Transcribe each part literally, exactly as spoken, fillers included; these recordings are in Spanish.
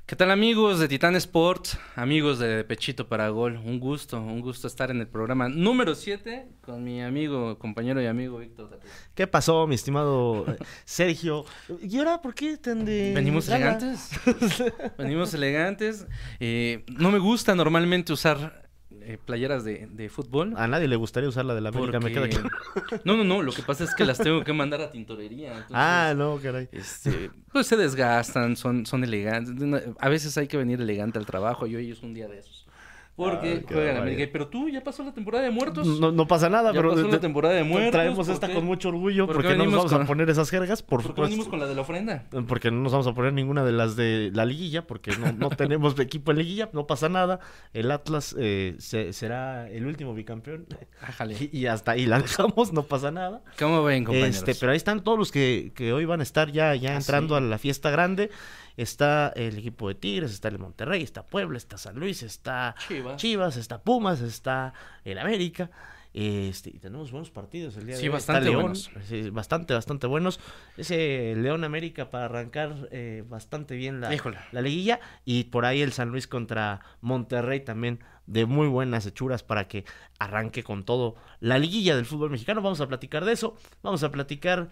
¿Qué tal, amigos de Titán Sports? Amigos de Pechito para Gol. Un gusto, un gusto estar en el programa número siete con mi amigo, compañero y amigo Víctor Tapia. ¿Qué pasó, mi estimado Sergio? ¿Y ahora por qué tan de...? Venimos gala? elegantes. Venimos elegantes. Eh, no me gusta normalmente usar eh, playeras de, de fútbol. A nadie le gustaría usar la de la América, Porque... me queda claro. No, no, no. Lo que pasa es que las tengo que mandar a tintorería. Entonces, Ah, no, caray. Este, pues se desgastan, son, son elegantes. A veces hay que venir elegante al trabajo y hoy es un día de esos. Porque Ah, juegan caray. América. Pero tú, ya pasó la temporada de muertos. No, no pasa nada, Ya pero pasó la de- temporada de muertos. traemos ¿por esta qué? con mucho orgullo ¿Por qué porque no nos venimos vamos a con- poner esas jergas, por ¿Por qué supuesto. venimos con la de la ofrenda? Porque no nos vamos a poner ninguna de las de la liguilla, porque no, no tenemos equipo en liguilla, no pasa nada. El Atlas eh, se- será el último bicampeón Ájale. y, y hasta ahí la dejamos, no pasa nada. ¿Cómo ven, compañeros? Este, pero ahí están todos los que, que hoy van a estar ya, ya Ah, entrando sí. a la fiesta grande. Está el equipo de Tigres, está el Monterrey, está Puebla, está San Luis, está Chivas. Chivas, está Pumas, está el América. Este, y tenemos buenos partidos el día Sí, de hoy. bastante Está León, buenos. sí, bastante, bastante buenos. Ese León América para arrancar eh, bastante bien la, Híjole. la liguilla. Y por ahí el San Luis contra Monterrey también de muy buenas hechuras para que arranque con todo la liguilla del fútbol mexicano. Vamos a platicar de eso. Vamos a platicar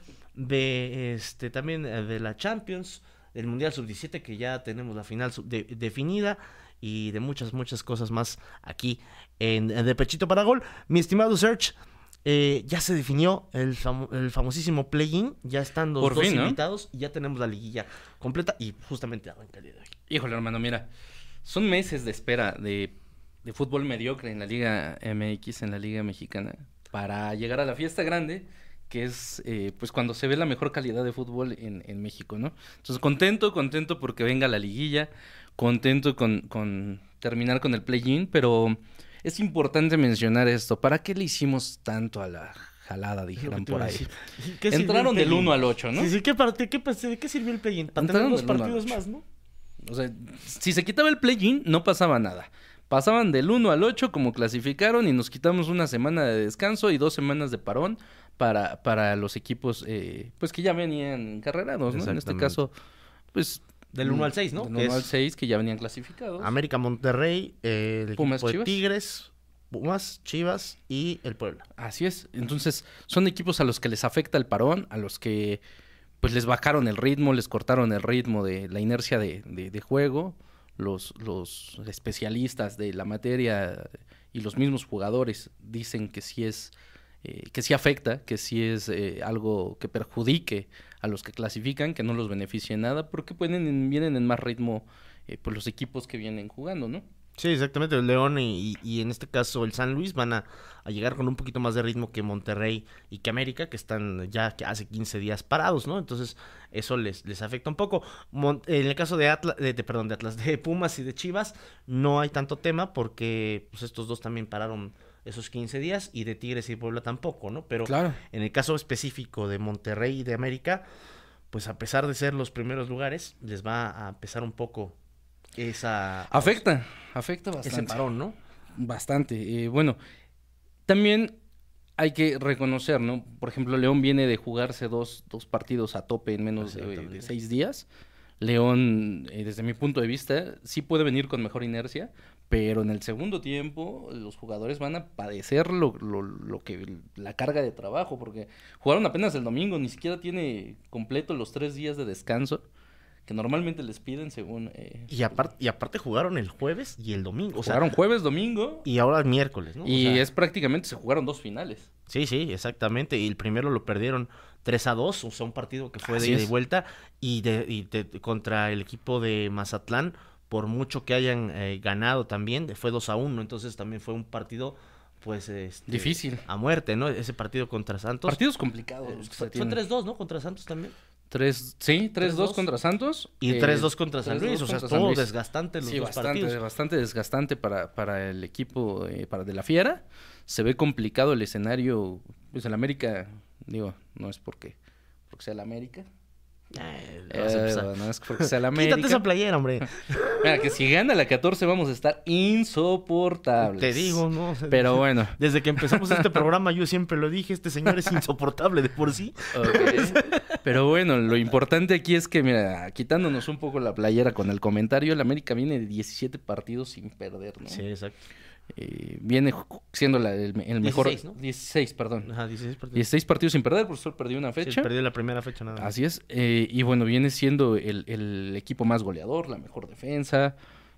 de este también eh, de la Champions, del Mundial sub diecisiete, que ya tenemos la final sub- de- definida, y de muchas, muchas cosas más aquí en, en De Pechito para Gol. Mi estimado Serge, eh, ya se definió el, famo- el famosísimo play-in, ya están los Por dos fin, ¿no? invitados y ya tenemos la liguilla completa y justamente arranca el día de hoy. Híjole, hermano, mira. Son meses de espera de, de fútbol mediocre en la Liga M X, en la Liga Mexicana, para llegar a la fiesta grande, que es eh, pues cuando se ve la mejor calidad de fútbol en, en México, ¿no? Entonces, contento, contento porque venga la liguilla, contento con, con terminar con el play-in, pero es importante mencionar esto. ¿Para qué le hicimos tanto a la jalada, dijeran por ahí? ¿Qué sirvió Entraron el del play-in? uno al ocho, ¿no? Sí, sí, ¿qué, parte, qué, pas- ¿de qué sirvió el play-in? Para tener Entraron dos del uno al partidos ocho. más, ¿no? O sea, si se quitaba el play-in, no pasaba nada. Pasaban del uno al ocho como clasificaron y nos quitamos una semana de descanso y dos semanas de parón para, para los equipos eh, pues que ya venían encarrerados, ¿no? En este Exactamente. caso, pues... Del uno al seis, ¿no? Del Que uno al es seis que ya venían clasificados. América, Monterrey, eh, el Pumas, equipo de Chivas. Tigres, Pumas, Chivas y el Puebla. Así es. Entonces, son equipos a los que les afecta el parón, a los que pues les bajaron el ritmo, les cortaron el ritmo de la inercia de, de, de juego. Los, los especialistas de la materia y los mismos jugadores dicen que sí es, eh, que sí afecta, que sí es eh, algo que perjudique a los que clasifican, que no los beneficie en nada, porque pueden, vienen en más ritmo eh, pues los equipos que vienen jugando, ¿no? Sí, exactamente. El León y, y- y en este caso el San Luis van a, a llegar con un poquito más de ritmo que Monterrey y que América, que están ya que hace quince días parados, ¿no? Entonces eso les, les afecta un poco. Mon- en el caso de Atlas, de, de- perdón, de Atlas, de Pumas y de Chivas, no hay tanto tema porque pues, estos dos también pararon esos quince días, y de Tigres y Puebla tampoco, ¿no? Pero Claro. en el caso específico de Monterrey y de América, pues a pesar de ser los primeros lugares, les va a pesar un poco esa... Afecta, afecta bastante. ese parón, ¿no? Bastante. Eh, bueno, también hay que reconocer, ¿no? Por ejemplo, León viene de jugarse dos, dos partidos a tope en menos de, Exactamente. de seis días. León, eh, desde mi punto de vista, sí puede venir con mejor inercia, pero en el segundo tiempo los jugadores van a padecer lo, lo, lo que la carga de trabajo, porque jugaron apenas el domingo, ni siquiera tiene completo los tres días de descanso que normalmente les piden según... Eh, Y aparte, y aparte jugaron el jueves y el domingo. O sea, jugaron jueves, domingo, y ahora el miércoles, ¿no? O y sea, es prácticamente, se jugaron dos finales. Sí, sí, exactamente. Y el primero lo perdieron tres a dos, o sea, un partido que fue de Así ida y es. vuelta. Y, de, y de- contra el equipo de Mazatlán, por mucho que hayan eh, ganado también, fue dos a uno. Entonces también fue un partido, pues... este, Difícil. A muerte, ¿no? Ese partido contra Santos. Partidos complicados. Eh, los que fue- se fue tienen. tres dos, ¿no? Contra Santos también. Tres, sí, tres dos dos. contra Santos. Y eh, tres dos contra San tres Luis. dos O sea, contra San estuvo Luis. desgastante los Sí, dos bastante, partidos. bastante desgastante para, para el equipo eh, para de la Fiera. Se ve complicado el escenario. Pues el América, digo, no es porque, porque sea el América. Eh, vas a empezar. Eh, no es porque sea el América. Quítate esa playera, hombre. Mira, que si gana la catorce vamos a estar insoportables. Te digo, ¿no? O sea, Pero bueno. Desde que empezamos este programa yo siempre lo dije, este señor es insoportable de por sí. Ok. Pero bueno, lo importante aquí es que, mira, quitándonos un poco la playera con el comentario, el América viene de diecisiete partidos sin perder, ¿no? Sí, exacto. Eh, viene siendo la, el, el mejor... dieciséis, ¿no? dieciséis, perdón. Ajá, dieciséis partidos. dieciséis partidos sin perder, por eso perdió una fecha. Sí, perdió la primera fecha nada más. Así es. Eh, y bueno, viene siendo el, el equipo más goleador, la mejor defensa.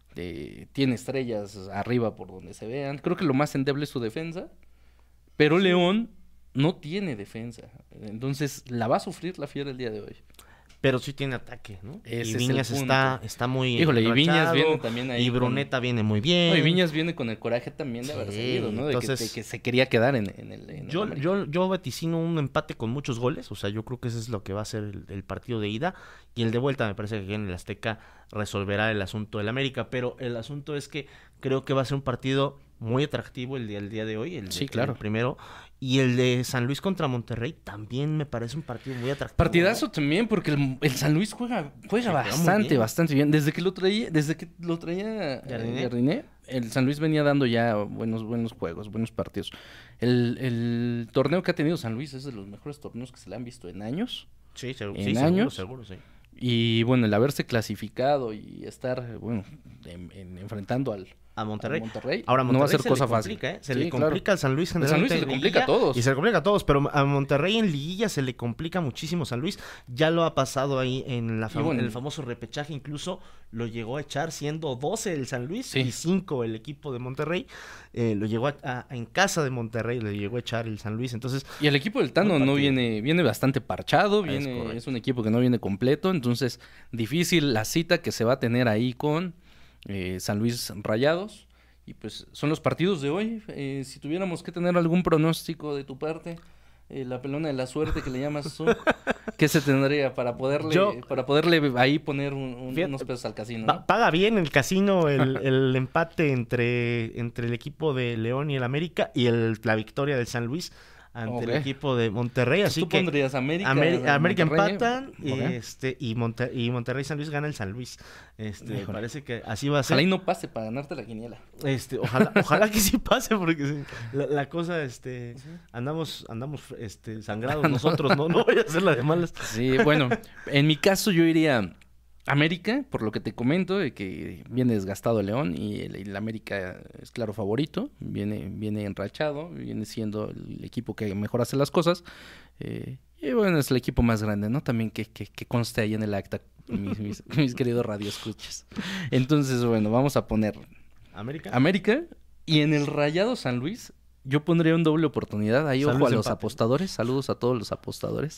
Eh, tiene estrellas arriba por donde se vean. Creo que lo más endeble es su defensa. Pero sí. León no tiene defensa. Entonces la va a sufrir la Fiera el día de hoy. Pero sí tiene ataque, ¿no? Ese y Viñas está, está muy Híjole, y Viñas viene también ahí. Y Bruneta con... viene muy bien. No, y Viñas viene con el coraje también de haber sí, salido, ¿no? De, entonces, que, de que se quería quedar en, en el... En yo, el yo, yo vaticino un empate con muchos goles. O sea, yo creo que ese es lo que va a ser el, el partido de ida. Y el de vuelta me parece que en el Azteca resolverá el asunto del América. Pero el asunto es que creo que va a ser un partido muy atractivo el día, el día de hoy. El, sí, de, claro. El primero. Y el de San Luis contra Monterrey también me parece un partido muy atractivo. Partidazo, ¿no? También, porque el, el San Luis juega, juega sí, bastante, bien. bastante bien. Desde que lo traía, desde que lo traía Jardiné, Jardiné, el San Luis venía dando ya buenos, buenos juegos, buenos partidos. El, el torneo que ha tenido San Luis es de los mejores torneos que se le han visto en años. Sí, seguro, en sí, años. seguro, seguro, sí. Y bueno, el haberse clasificado y estar, bueno, en, en, enfrentando al... A Monterrey. A Monterrey. Ahora, Monterrey no va a ser se cosa le complica, fácil. ¿eh? Se sí, le complica claro. al San Luis. El San Luis se le complica a todos. Y se le complica a todos, pero a Monterrey en liguilla se le complica muchísimo. San Luis ya lo ha pasado ahí en, la fam- bueno, en el famoso repechaje. Incluso lo llegó a echar siendo doce el San Luis sí. y cinco el equipo de Monterrey. Eh, lo llegó a, a, en casa de Monterrey, le llegó a echar el San Luis. Entonces, y el equipo del Tano no viene, viene bastante parchado. Viene, es, es un equipo que no viene completo. Entonces, difícil la cita que se va a tener ahí con eh, San Luis Rayados. Y pues son los partidos de hoy. Eh, si tuviéramos que tener algún pronóstico de tu parte, eh, la pelona de la suerte que le llamas tú, ¿qué se tendría para poderle Yo, para poderle ahí poner un, un, fíjate, unos pesos al casino? ¿no? Paga bien el casino el, el empate entre, entre el equipo de León y el América y el, la victoria del San Luis ante okay. el equipo de Monterrey, así ¿Tú que pondrías América, Ameri- América empatan okay. y este y, Monter- y Monterrey San Luis gana el San Luis. Este, me parece que así va a ser. Ojalá y no pase para ganarte la quiniela. Este, ojalá, ojalá que sí pase porque sí, la, la cosa este ¿sí? andamos andamos este sangrados nosotros, no no voy a hacer la de malas. Sí, bueno, en mi caso yo iría América, por lo que te comento, de que viene desgastado el León y el, el América es claro favorito, viene, viene enrachado, viene siendo el equipo que mejor hace las cosas, eh, y bueno, es el equipo más grande, ¿no? También que, que, que conste ahí en el acta, mis, mis, mis queridos radioescuchas. Entonces, bueno, vamos a poner América. América y en el Rayado San Luis yo pondría un doble oportunidad. Ahí, San ojo Luis a los empate. Apostadores. Saludos a todos los apostadores.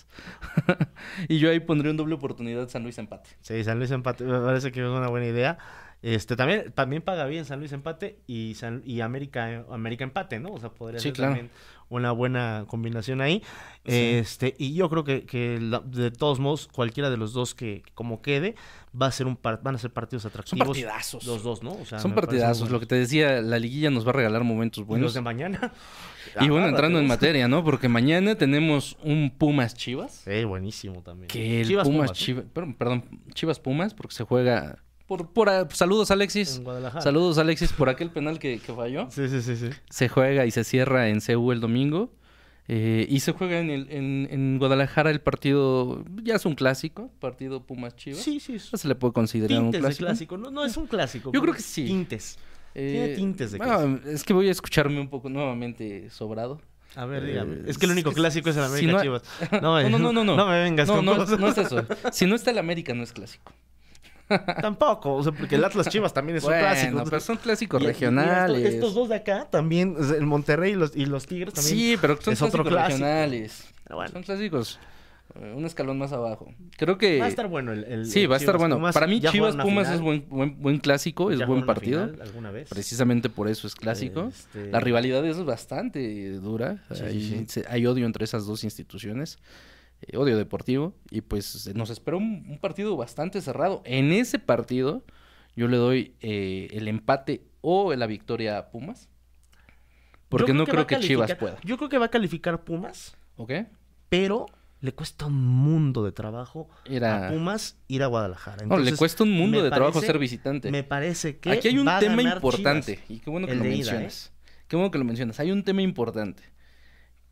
Y yo ahí pondría un doble oportunidad San Luis empate. Sí, San Luis empate. Me parece que es una buena idea. Este también también paga bien San Luis empate y San, y América América empate, ¿no? O sea, podría sí, ser claro. también una buena combinación ahí. Sí. Este, y yo creo que, que la, de todos modos, cualquiera de los dos que como quede, va a ser un par, van a ser partidos atractivos. Son partidazos. Los dos, ¿no? O sea, son partidazos. Lo que te decía, la liguilla nos va a regalar momentos buenos. ¿Y los de mañana? Y bueno, entrando en materia, ¿no? Porque mañana tenemos un Pumas Chivas. Sí, buenísimo también. Que el Chivas Pumas, Pumas Chivas, perdón, perdón, Chivas Pumas, porque se juega por, por saludos Alexis. En Guadalajara. Saludos Alexis por aquel penal que, que falló. Sí, sí, sí, sí. Se juega y se cierra en C U el domingo. Eh, y se juega en, el, en, en Guadalajara el partido, ya es un clásico, partido Pumas Chivas. Sí, sí. No se le puede considerar tintes un clásico. De clásico. No, no es un clásico. Yo creo que sí. Tintes. Eh, Tiene tintes de bueno, clásico. Es que voy a escucharme un poco nuevamente sobrado. A ver, dígame. Eh, es que el único es que, clásico es el América si no, Chivas. No, no, no, no, no. No me vengas no, con no, cosas. No es eso. Si no está el América, no es clásico. Tampoco, o sea, porque el Atlas Chivas también es bueno, un clásico. Pero son clásicos y, regionales. Y estos, estos dos de acá también, el Monterrey y los, y los Tigres también. Sí, pero son es clásicos otro clásico. regionales. Bueno. Son clásicos. Un escalón más abajo. Creo que... Va a estar bueno el, el Sí, el va a estar Chivas bueno. Pumas. Para mí Chivas Pumas final. es buen, buen, buen clásico, es buen partido. Final alguna vez. Precisamente por eso es clásico. Este... La rivalidad es bastante dura. Sí, hay, sí, sí. hay odio entre esas dos instituciones. Eh, odio deportivo. Y pues nos espera un, un partido bastante cerrado. En ese partido yo le doy eh, el empate o la victoria a Pumas. Porque creo no que creo que Chivas pueda. Yo creo que va a calificar Pumas. ¿Ok? Pero le cuesta un mundo de trabajo Era... a Pumas ir a Guadalajara. Entonces, no, le cuesta un mundo de parece, trabajo ser visitante. Me parece que aquí hay un va tema a importante. Chivas, y qué bueno que lo mencionas. Ida, ¿eh? Qué bueno que lo mencionas. Hay un tema importante.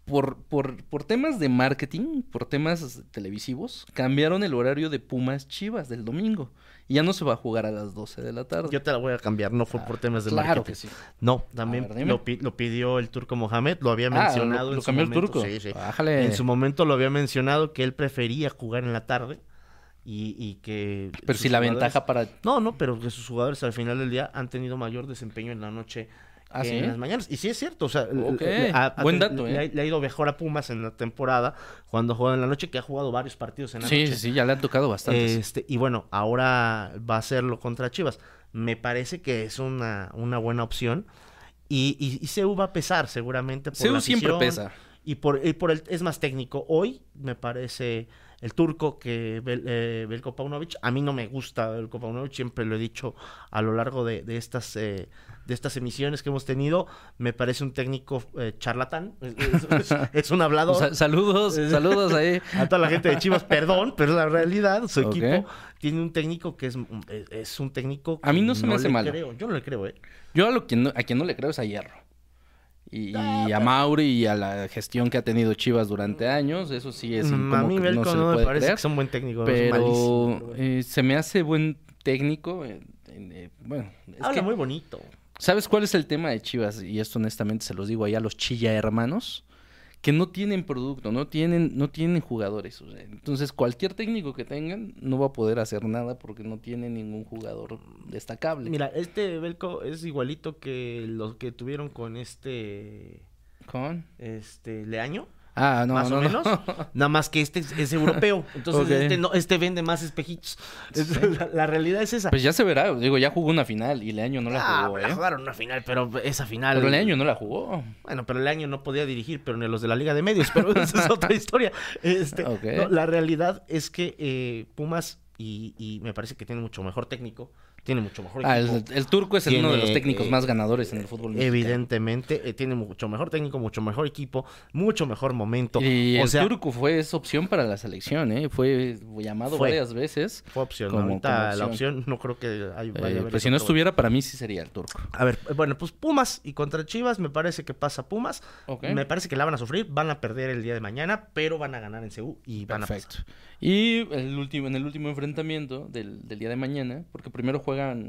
por, por, por temas de marketing, por temas televisivos, cambiaron el horario de Pumas Chivas del domingo. Y ya no se va a jugar a las doce de la tarde. Yo te la voy a cambiar, no fue Ah, por temas de claro marketing. que sí. No, también ver, dime. lo, pi- lo pidió el Turco Mohamed, lo había Ah, mencionado lo, en lo su cambió el momento. turco. Sí, sí. Bájale. En su momento lo había mencionado que él prefería jugar en la tarde y, y que... Pero sus si la jugadores- ventaja para... No, no, pero que sus jugadores al final del día han tenido mayor desempeño en la noche ¿Ah, que sí? en las mañanas. Y sí es cierto, o sea, Ok, le- ha- ha buen ten- dato, le, ¿eh? ha, le ha ido mejor a Pumas en la temporada cuando juega en la noche, que ha jugado varios partidos en la Sí, noche. sí, sí, ya le han tocado bastante. Este, y bueno, ahora va a hacerlo contra Chivas. Me parece que es una, una buena opción. Y, y, y C U va a pesar seguramente por C U la siempre afición pesa. Y por, y por el, es más técnico. Hoy me parece el turco que Bel, eh, Belko Paunovic. A mí no me gusta Belko Paunovic, siempre lo he dicho a lo largo de, de estas eh, de estas emisiones que hemos tenido. Me parece un técnico eh, charlatán. Es, es- es- es un hablador. Sa- saludos, saludos ahí. A toda la gente de Chivas, perdón, pero es la realidad. Su Ok. equipo tiene un técnico que es, es, es un técnico que A mí no se me hace le malo. creo. Yo no le creo, ¿eh? Yo a, lo que no, a quien no le creo es a Hierro. Y, Ah, y a Mauri y a la gestión que ha tenido Chivas durante años. Eso sí es Mm, como a mí que Belko no se no, le me puede parece creer. que es un buen técnico. es malísimo, Pero pero bueno. eh, se me hace buen técnico. eh, en- eh, bueno, es Habla que, muy bonito. ¿sabes cuál es el tema de Chivas? Y esto honestamente se los digo ahí a los Chilla hermanos. Que no tienen producto, no tienen, no tienen jugadores. O sea, entonces, cualquier técnico que tengan no va a poder hacer nada porque no tiene ningún jugador destacable. Mira, este Belko es igualito que los que tuvieron con este ¿Con? este Leaño. Ah, no, más no, o no. menos. Nada más que este es, es europeo. Entonces, Ok. este, no, este vende más espejitos. La, la realidad es esa. Pues ya se verá. Digo, ya jugó una final y Leaño no la ah, jugó, la ¿eh? jugaron una final, pero esa final. Pero Leaño no la jugó. Bueno, pero el año no podía dirigir, pero ni los de la Liga de Medios, pero esa es otra historia. Este, Ok. no, la realidad es que eh, Pumas, y, y me parece que tiene mucho mejor técnico, tiene mucho mejor Ah, equipo. el, el turco es el uno de los Tiene, técnicos eh, más ganadores en el fútbol mexicano. Evidentemente, eh, tiene mucho mejor técnico, mucho mejor equipo, mucho mejor momento. Y o el sea, turco fue esa opción para la selección, ¿eh? Fue llamado Fue. varias veces. fue opción. como- Ahorita como la opción. opción no creo que hay, vaya a Eh, haber pues si no otro. estuviera, para mí sí sería el turco. A ver, bueno, pues Pumas y contra Chivas, me parece que pasa Pumas. Ok. Me parece que la van a sufrir, van a perder el día de mañana, pero van a ganar en C U y van a Perfecto. pasar. Y el último, en el último enfrentamiento del, del día de mañana, porque primero juegan...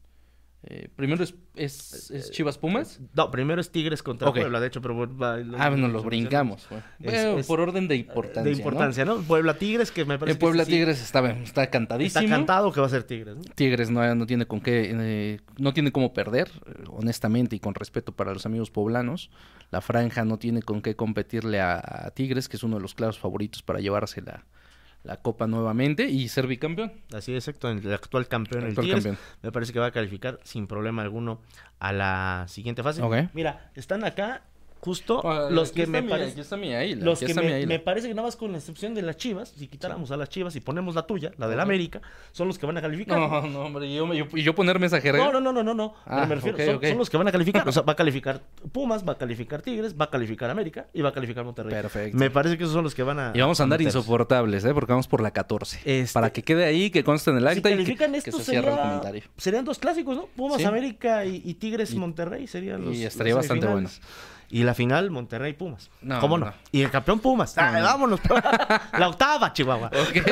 eh, primero es, es, es Chivas Pumas. No, primero es Tigres contra Ok. Puebla, de hecho, pero bueno, va- Ah, bueno, los son- brincamos. Bueno, Es- Bueno, es- por orden de importancia. de importancia, ¿no? Puebla Tigres, que me ¿no? parece El Puebla que sí, Tigres está, está cantadísimo. está cantado que va a ser Tigres, ¿no? Tigres no, no tiene con qué, eh, no tiene cómo perder, eh, honestamente y con respeto para los amigos poblanos. La franja no tiene con qué competirle a, a Tigres, que es uno de los claros favoritos para llevarse la, la copa nuevamente y ser bicampeón. Así es, exacto, el actual campeón, el Actual Tigres, campeón. me parece que va a calificar sin problema alguno a la siguiente fase. Ok. Mira, están acá justo Ah, los aquí que está me mi- parecen... Aquí está mi águila. Los aquí que está mi me, águila. me parece que nada más con la excepción de las Chivas, si quitáramos a las Chivas y ponemos la tuya, la del Ok. América, son los que van a calificar. No, no, hombre, yo, yo, y yo ponerme esa jerga. No, no, no, no, no, no. Ah, Pero me refiero, ok, son, ok. son los que van a calificar. O sea, va a calificar Pumas, va a calificar Tigres, va a calificar América y va a calificar Monterrey. Perfecto. Me parece que esos son los que van a. Y vamos a andar meterse. insoportables, ¿eh? Porque vamos por la catorce. Este- Para que quede ahí, que conste en el Si acta y que, califican que estos, se cierre el sería- comentario. serían dos clásicos, ¿no? Pumas, Sí. América y, y Tigres, Y- Monterrey serían y los. estaría las bastante semifinales. Y la final, Monterrey, Pumas. No, ¿Cómo no? no. Y el campeón Pumas. No, Ah, no. Vámonos. La octava, Chihuahua.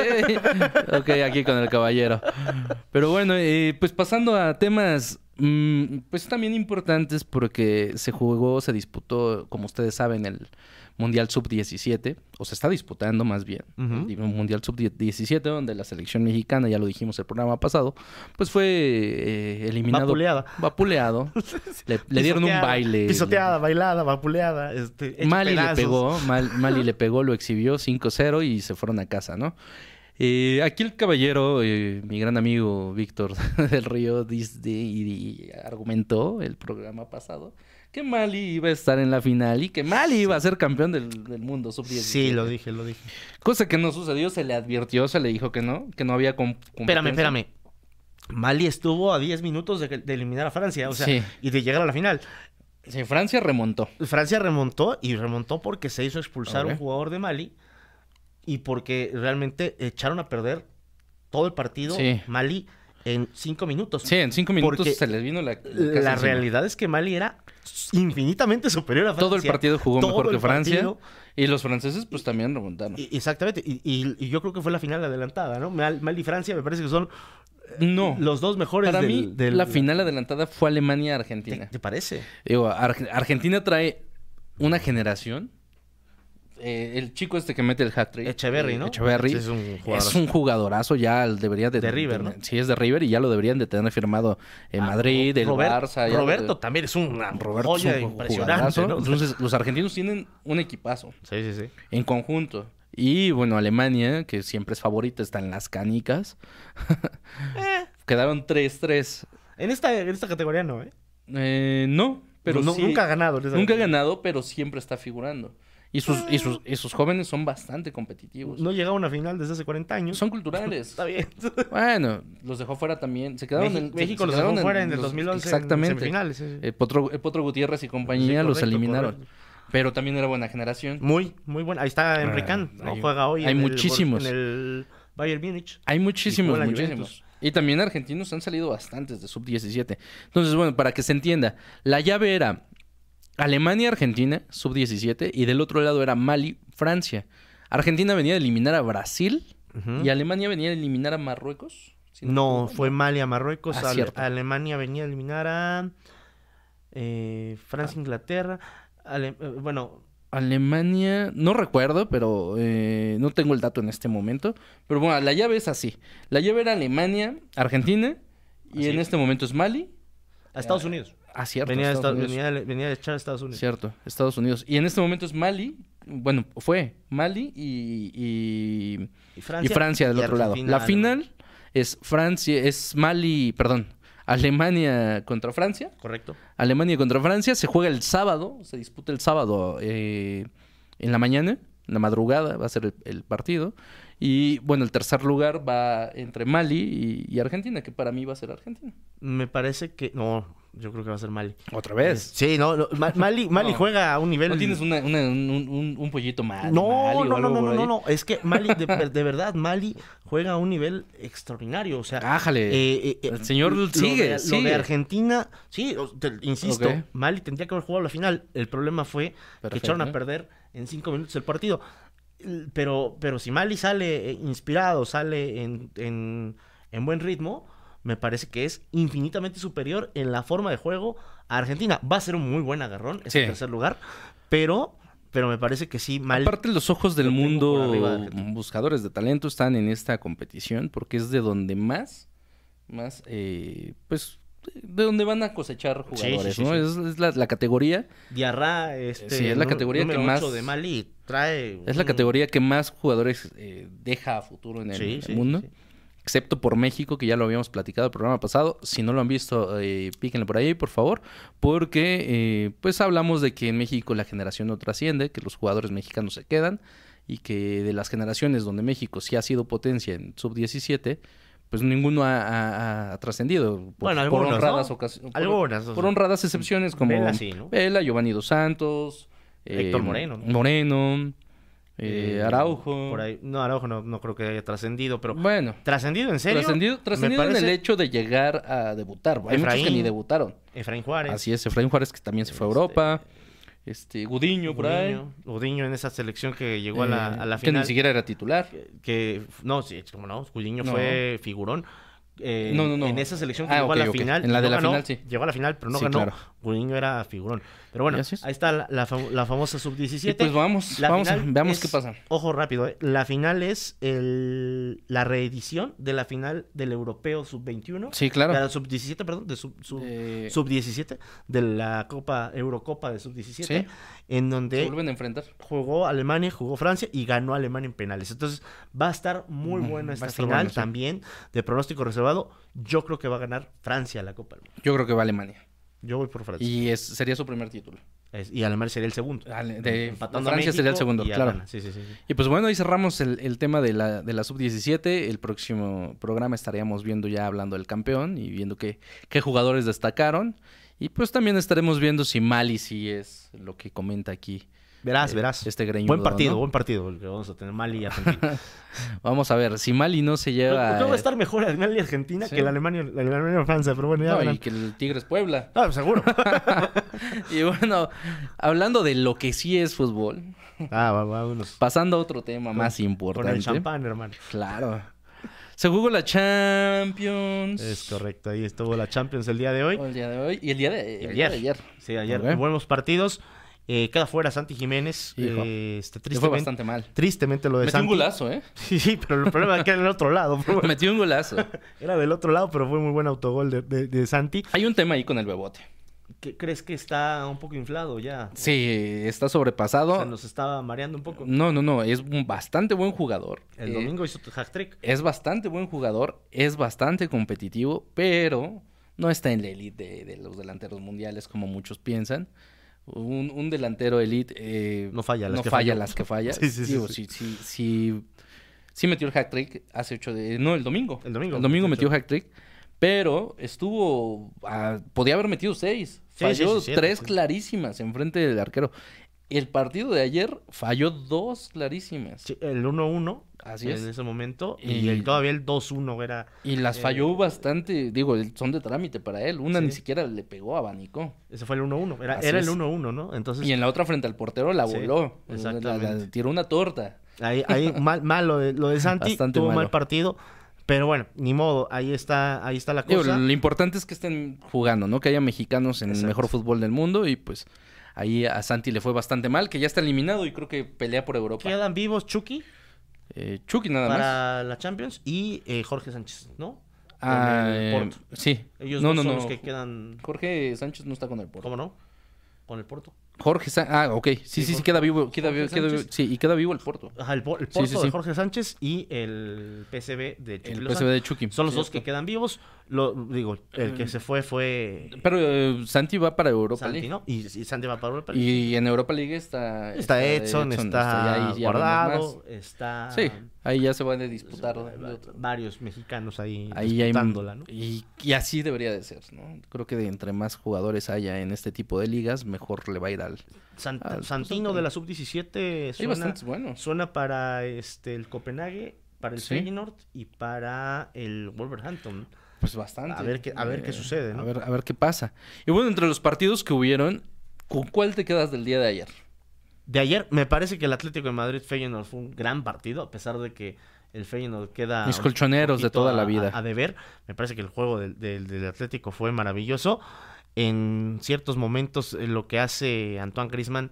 Ok, ok, aquí con el caballero. Pero bueno, eh, pues pasando a temas, mm, pues también importantes porque se jugó, se disputó, como ustedes saben, el Mundial sub diecisiete, o se está disputando más bien, Ujú. el Mundial sub diecisiete, donde la selección mexicana, ya lo dijimos el programa pasado, pues fue eh, eliminado. Vapuleada. Vapuleado. le, le dieron un Pisoteada, baile. Pisoteada, bailada, vapuleada. Este, hecho Mali le pedazos. pegó, Mal- Mali le pegó, lo exhibió cinco cero y se fueron a casa, ¿no? Eh, aquí el caballero, eh, mi gran amigo Víctor del Río, dis- de- y, y argumentó el programa pasado que Mali iba a estar en la final y que Mali iba a ser campeón del, del mundo sub diecisiete. Sí, lo dije, lo dije. Cosa que no sucedió, se le advirtió, se le dijo que no, que no había com- Espérame, competencia. espérame. Mali estuvo a diez minutos de, de eliminar a Francia, o sea, Sí. y de llegar a la final. Sí, Francia remontó. Francia remontó y remontó porque se hizo expulsar Ok. un jugador de Mali y porque realmente echaron a perder todo el partido. Sí. Mali en cinco minutos. Sí, en cinco minutos Porque se les vino la... La encima. realidad es que Mali era infinitamente superior a Francia. Todo el partido jugó Todo mejor que el Francia. partido. Y los franceses, pues, también remontaron. Y- Exactamente. Y, y- y yo creo que fue la final adelantada, ¿no? Mal- Mali y Francia me parece que son No. los dos mejores Para del- mí, del- la final adelantada fue ¿Te, Alemania-Argentina. te parece? Digo, Ar- Argentina trae una generación. Eh, el chico este que mete el hat-trick. Echeverry, eh, ¿no? Echeverry. Ese es un jugadorazo. Es un jugadorazo. Ya debería de... De River, ¿no? Sí, es de River y ya lo deberían de tener firmado en Ah, Madrid, el Robert- Barça. ya Roberto lo de- también es una Roberto joya es un impresionante, jugadorazo. ¿no? Entonces, los argentinos tienen un equipazo Sí, sí, sí. en conjunto. Y bueno, Alemania, que siempre es favorita, está en las canicas. Eh, Quedaron tres tres. en, esta, en esta categoría no, ¿eh? Eh, no, pero No- sí- nunca ha ganado. en esa Nunca ha categoría. ganado, pero siempre está figurando. Y sus, y sus, y sus jóvenes son bastante competitivos. No llegaba a una final desde hace cuarenta años. Son culturales. Está bien. Bueno, los dejó fuera también. Se quedaron México, en, se- México se los quedaron dejó fuera en el los- dos mil once Exactamente. en semifinales. sí, sí. Eh, Potro, eh, Potro Gutiérrez y compañía Sí, los correcto, eliminaron. correcto. Pero también era buena generación. Muy, muy bueno. Ahí está Enricán, Ah, ¿no? hay- Juega hoy hay en, muchísimos. El, en el Bayern Múnich. Hay muchísimos, Y jugó en la muchísimos. Juventus. Y también argentinos han salido bastantes de sub diecisiete. Entonces, bueno, para que se entienda, la llave era Alemania-Argentina, sub diecisiete, y del otro lado era Mali-Francia. Argentina venía de eliminar a Brasil Ujú. y Alemania venía de eliminar a Marruecos. ¿Sí No, me equivoco? fue Mali a Marruecos. Ah, Ale- cierto. Alemania venía a eliminar a eh, Francia, Inglaterra. Ale- eh, bueno, Alemania, no recuerdo, pero eh, no tengo el dato en este momento. Pero bueno, la llave es así. La llave era Alemania, Argentina, y Así en es. este momento es Mali. a Estados Unidos. Ah, cierto. venía, de Estados Estados- Unidos. venía, de- venía de echar a Estados Unidos. Cierto, Estados Unidos. Y en este momento es Mali, bueno, fue Mali y, y, Y y Francia, Francia del y otro lado. Argentina, La Alemania. final es Francia, es Mali, perdón, Alemania contra Francia. Correcto. Alemania contra Francia se juega el sábado, se disputa el sábado eh, en la mañana, en la madrugada va a ser el, el partido. Y bueno, el tercer lugar va entre Mali y, y Argentina, que para mí va a ser Argentina. Me parece que... No, yo creo que va a ser Mali. ¿Otra vez? Sí, no, no, Ma- Mali, Mali No. juega a un nivel... ¿No tienes una, una- un, un- un pollito Mali? No, Mali o no, no, algo no, por no, ahí? no, no, es que Mali, de, de verdad, Mali juega a un nivel extraordinario, o sea... Ájale. eh, eh, eh, El señor lo sigue, de, Lo sigue. de Argentina, sí, o- te- insisto, Ok. Mali tendría que haber jugado la final. El problema fue que Perfecto. echaron a perder en cinco minutos el partido. El- Pero, pero si Mali sale eh, inspirado, sale en, en, en buen ritmo, me parece que es infinitamente superior en la forma de juego a Argentina. Va a ser un muy buen agarrón, ese Sí. tercer lugar, pero, pero me parece que sí, Mali... Aparte, los ojos del lo tengo por arriba de mundo, Argentina. buscadores de talento, están en esta competición porque es de donde más, más, eh, pues, de donde van a cosechar Sí, sí, jugadores, sí, ¿no? sí. Es, es la, la categoría, Diarra, este, Sí, es la nú- categoría que número más- ocho de Mali trae... es la un- categoría que más jugadores eh, deja a futuro en el, Sí, el sí, mundo. sí. Excepto por México, que ya lo habíamos platicado el programa pasado. Si no lo han visto, eh, píquenle por ahí, por favor. Porque, eh, pues, hablamos de que en México la generación no trasciende, que los jugadores mexicanos se quedan. Y que de las generaciones donde México sí ha sido potencia en sub diecisiete, pues ninguno ha, ha- ha trascendido. Por, Bueno, por algunos, honradas ¿no? ocasi- por- Algunas, o por sea, honradas excepciones como Vela sí, ¿no? Vela, Giovanni Dos Santos, Héctor Moreno, ¿no? Moreno, eh, Eh, Araujo. Por ahí. No, Araujo no, no creo que haya trascendido, pero... Bueno, ¿Trascendido en serio? trascendido, trascendido Me en el parece hecho de llegar a debutar. Hay muchos que Efraín. ni debutaron. Efraín Juárez. Así es, Efraín Juárez, que también se fue a Este, Europa. Este, Gudiño, por ahí. Gudiño, Gudiño en esa selección que llegó a, la, Eh, a la que final. ni siquiera era titular. Que, que- no, sí, como no, Gudiño No. fue figurón. Eh, No, no, no. En esa selección que Ah, llegó ok, a la ok. final. En la y de no la ganó, final, sí. Llegó a la final, pero no Sí, ganó. claro. Gudiño era figurón. Pero bueno, Y así es. ahí está la, la fam- la famosa sub Y diecisiete. pues vamos, La vamos, a- final veamos es- qué pasa. Ojo rápido, eh, la final es el, la reedición de la final del europeo sub veintiuno. Sí, claro. De la sub diecisiete, perdón, de sub, sub, Eh, sub diecisiete, de la Copa Eurocopa de sub diecisiete, Sí. en Se donde vuelven a enfrentar. jugó Alemania, jugó Francia y ganó Alemania en penales. Entonces va a estar muy Mm, buena va a esta estar final bueno, sí. también, de pronóstico reservado. Yo creo que va a ganar Francia la Copa del Mundo. Yo creo que va a Alemania. Yo voy por Francia. Y es, sería su primer título. Es- y Alemania sería el segundo. Ale- de- Empatando de Francia a sería el México segundo, y ya claro. gana. Sí, sí, sí, sí. Y pues bueno, ahí cerramos el, el tema de la, de la sub diecisiete. El próximo programa estaríamos viendo ya hablando del campeón y viendo qué, qué jugadores destacaron. Y pues también estaremos viendo si Mali sí es lo que comenta aquí Verás, verás. Este greñudo, buen partido, ¿no? buen partido el que vamos a tener, Mali y Argentina. Vamos a ver, si Mali no se Creo lleva... que va a estar mejor Mali y Argentina Sí. que la Alemania, la Alemania Francia, pero bueno, ya No, verán. y que el Tigres Puebla. Ah, seguro. Y bueno, hablando de lo que sí es fútbol, ah, va, vámonos. pasando a otro tema más Con importante. el champán, hermano. Claro. Se jugó la Champions. Es correcto, ahí estuvo la Champions el día de hoy. El día de hoy y el día de, Y el día de ayer. ayer. Sí, ayer. Ok. Buenos partidos. Eh, queda fuera Santi Jiménez. Hijo, Eh, este, Le fue tristemente, bastante mal. tristemente lo de Metió un Santi. golazo, ¿eh? Sí, sí, pero el problema es que era del otro lado. pero bueno, Metió un golazo. era del otro lado, pero fue muy buen autogol de, de, de Santi. Hay un tema ahí con el Bebote. ¿Qué crees que está un poco inflado ya? Sí, está sobrepasado. O sea, nos estaba mareando un poco. No, no, no. Es un bastante buen jugador. El Eh, domingo hizo hat-trick. Es bastante buen jugador. Es bastante competitivo. Pero no está en la elite de, de los delanteros mundiales como muchos piensan. Un, un delantero elite eh, No falla las no que falla falló. las que falla. Sí, sí, sí, Digo, sí. sí, sí, sí, sí metió el hat-trick hace ocho de... No, el domingo. El domingo. El domingo de metió hecho. hat-trick. Pero estuvo... ah, podía haber metido seis. Sí, Falló sí, sí, cierto, tres sí. clarísimas enfrente del arquero. El partido de ayer falló dos clarísimas. Sí, el uno uno. Así en es. ese momento. Y- Y, el, todavía el dos uno era... Y las Eh, falló bastante. Digo, el- son de trámite para él. Una Sí. ni siquiera le pegó a Abanicó. Ese fue el uno uno. Era, Así era es. el uno uno, ¿no? Entonces, Y en la otra frente al portero la Sí, voló. La- la- exactamente. tiró una torta. ahí, ahí mal, mal lo de, lo de Santi. Bastante tuvo malo. mal partido. Pero bueno, ni modo. Ahí está, ahí está la Digo, cosa. lo importante es que estén jugando, ¿no? Que haya mexicanos en el Exacto. mejor fútbol del mundo. Y pues ahí a Santi le fue bastante mal, que ya está eliminado y creo que pelea por Europa. Quedan vivos Chucky Eh, Chucky nada más. para la Champions y eh, Jorge Sánchez, ¿no? Ah, Con el eh, Porto. sí. Ellos no, no, no, son no. los que quedan... Jorge Sánchez no está con el Porto. ¿Cómo no? Con el Porto. Jorge Sánchez. Ah, ok. Sí, sí, sí, Jorge- queda vivo. Queda Jorge vivo, queda vivo- Sánchez. Sí, y queda vivo el Porto. Ajá, el, Por- el Sí, Porto sí, de sí. Jorge Sánchez y el P S V de Chucky El Lozano. P S V de Chucky. Son los Sí, dos que cierto. quedan vivos. Lo, digo, el que Eh, se fue fue Pero eh, Santi va para Europa Santi, League. ¿no? Y, y Santi va para Europa League. Y en Europa League está... Está Edson, está, ya ahí ya vemos Guardado, más. está... Sí, ahí ya se van a disputar. va- de otro. varios mexicanos ahí, Ahí hay... disputándola, ¿no? Y, y así debería de ser, ¿no? Creo que de entre más jugadores haya en este tipo de ligas, mejor le va a ir al... Sant- Ah, pues, Santino otro. de la sub diecisiete Hay suena, bastantes buenos. suena para este el Copenhague, para el Sí. Feyenoord y para el Wolverhampton. Pues bastante. A ver qué- a ver qué sucede, ¿no? A ver, a ver qué pasa. Y bueno, entre los partidos que hubieron, ¿con cuál te quedas del día de ayer? De ayer, me parece que el Atlético de Madrid Feyenoord fue un gran partido, a pesar de que el Feyenoord queda... Mis un colchoneros de poquito toda a- la vida. A, a deber. Me parece que el juego del, del- del Atlético fue maravilloso. En ciertos momentos, eh, lo que hace Antoine Griezmann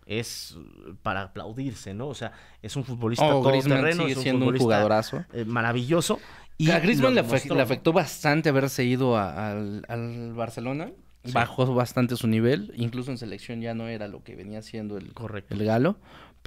es para aplaudirse, ¿no? O sea, es un futbolista Oh, Griezmann todoterreno, sigue es un siendo un futbolista, jugadorazo. eh, maravilloso. Y a Griezmann lo le, afe- demostró, le ¿no? afectó bastante haberse ido a- al, al Barcelona. Sí. Bajó bastante su nivel. Incluso en selección ya no era lo que venía siendo el, Correcto. el galo.